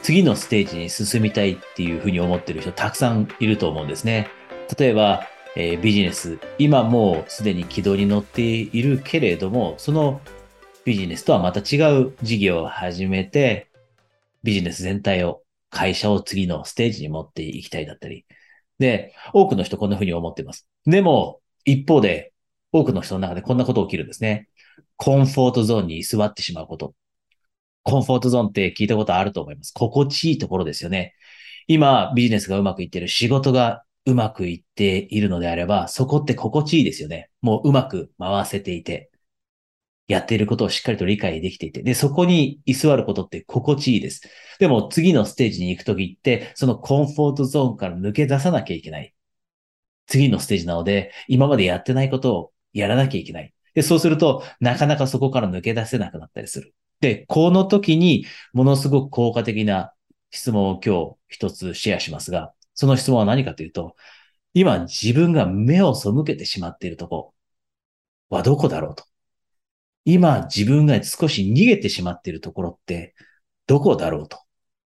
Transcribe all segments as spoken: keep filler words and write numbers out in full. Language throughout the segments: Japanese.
次のステージに進みたいっていうふうに思ってる人たくさんいると思うんですね。例えば、えービジネス、今もうすでに軌道に乗っているけれども、そのビジネスとはまた違う事業を始めて、ビジネス全体を、会社を次のステージに持っていきたいだったり。で、多くの人こんな風に思っています。でも、一方で、多くの人の中でこんなこと起きるんですね。コンフォートゾーンに居座ってしまうこと。コンフォートゾーンって聞いたことあると思います。心地いいところですよね。今、ビジネスがうまくいっている、仕事がうまくいっているのであれば、そこって心地いいですよね。もううまく回せていて。やっていることをしっかりと理解できていて、で、そこに居座ることって心地いいです。でも次のステージに行くときって、そのコンフォートゾーンから抜け出さなきゃいけない。次のステージなので、今までやってないことをやらなきゃいけない。で、そうすると、なかなかそこから抜け出せなくなったりする。で、この時に、ものすごく効果的な質問を今日一つシェアしますが、その質問は何かというと、今自分が目を背けてしまっているところはどこだろうと。今自分が少し逃げてしまっているところってどこだろうと。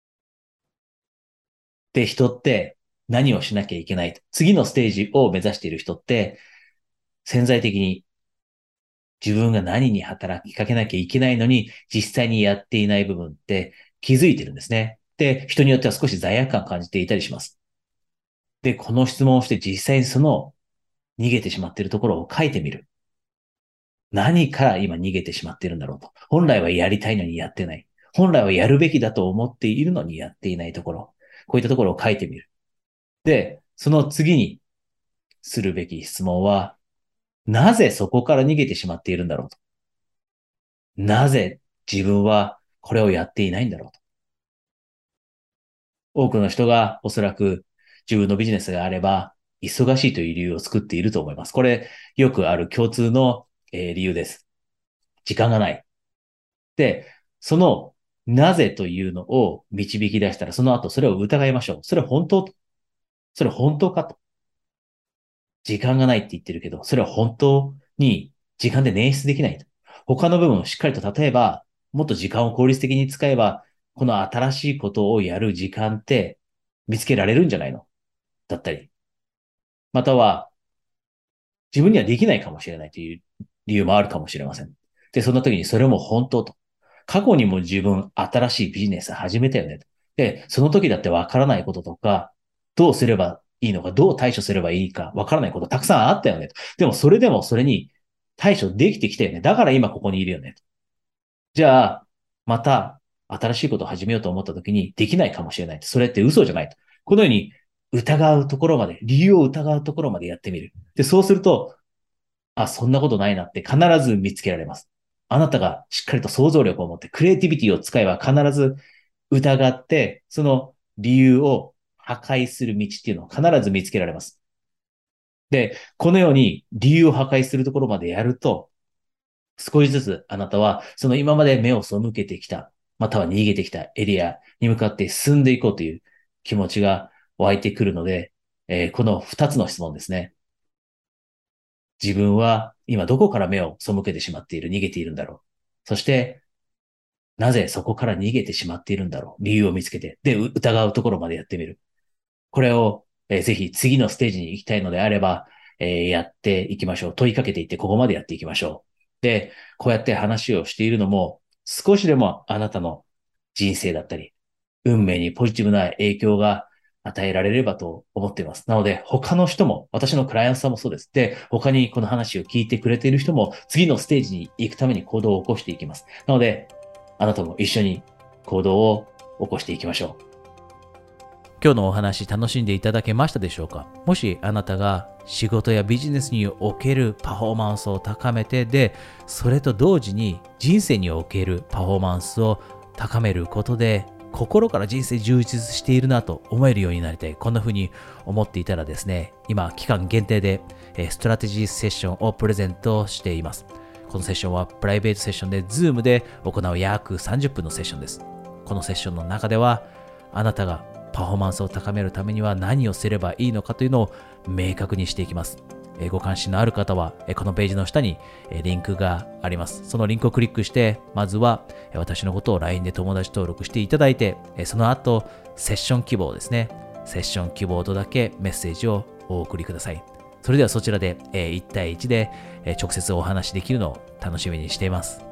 で、人って何をしなきゃいけないと。次のステージを目指している人って潜在的に自分が何に働きかけなきゃいけないのに実際にやっていない部分って気づいてるんですね。で、人によっては少し罪悪感を感じていたりします。で、この質問をして実際にその逃げてしまっているところを書いてみる。何から今逃げてしまっているんだろうと。本来はやりたいのにやってない。本来はやるべきだと思っているのにやっていないところ。こういったところを書いてみる。で、その次にするべき質問は、なぜそこから逃げてしまっているんだろうと。なぜ自分はこれをやっていないんだろうと。多くの人がおそらく自分のビジネスがあれば、忙しいという理由を作っていると思います。これ、よくある共通の、えー理由です。時間がない。で、その、なぜというのを導き出したら、その後それを疑いましょう。それは本当それは本当かと。時間がないって言ってるけど、それは本当に時間で捻出できないと。他の部分をしっかりと、例えば、もっと時間を効率的に使えば、この新しいことをやる時間って見つけられるんじゃないのだったり。または、自分にはできないかもしれないという理由もあるかもしれません。で、そんな時にそれも本当と。過去にも自分新しいビジネス始めたよねと。で、その時だってわからないこととか、どうすればいいのか、どう対処すればいいか、わからないことたくさんあったよねと。でもそれでもそれに対処できてきたよね。だから今ここにいるよねと。じゃあ、また新しいことを始めようと思った時にできないかもしれないと。それって嘘じゃないと。このように疑うところまで、理由を疑うところまでやってみる。で、そうすると、あ、そんなことないなって必ず見つけられます。あなたがしっかりと想像力を持ってクリエイティビティを使えば必ず疑って、その理由を破壊する道っていうのを必ず見つけられます。で、このように理由を破壊するところまでやると、少しずつあなたはその今まで目を背けてきた、または逃げてきたエリアに向かって進んでいこうという気持ちが湧いてくるので、えーこの二つの質問ですね。自分は今どこから目を背けてしまっている、逃げているんだろう。そして、なぜそこから逃げてしまっているんだろう。理由を見つけて、で、疑うところまでやってみる。これを、えーぜひ次のステージに行きたいのであれば、えーやっていきましょう。問いかけていって、ここまでやっていきましょう。で、こうやって話をしているのも、少しでもあなたの人生だったり、運命にポジティブな影響が与えられればと思っています。なので、他の人も、私のクライアントさんもそうです。で、他にこの話を聞いてくれている人も、次のステージに行くために行動を起こしていきます。なので、あなたも一緒に行動を起こしていきましょう。今日のお話楽しんでいただけましたでしょうか？もしあなたが仕事やビジネスにおけるパフォーマンスを高めて、で、それと同時に人生におけるパフォーマンスを高めることで、心から人生充実しているなと思えるようになりたい。こんな風に思っていたらですね、今期間限定でストラテジーセッションをプレゼントしています。このセッションはプライベートセッションで Zoom で行う約さんじゅっぷんのセッションです。このセッションの中では、あなたがパフォーマンスを高めるためには何をすればいいのかというのを明確にしていきます。 ご関心のある方は、このページの下にリンクがあります。そのリンクをクリックして、まずは私のことを ライン で友達登録していただいて、その後、セッション希望ですね。セッション希望とだけメッセージをお送りください。それではそちらでいち対いちで直接お話しできるのを楽しみにしています。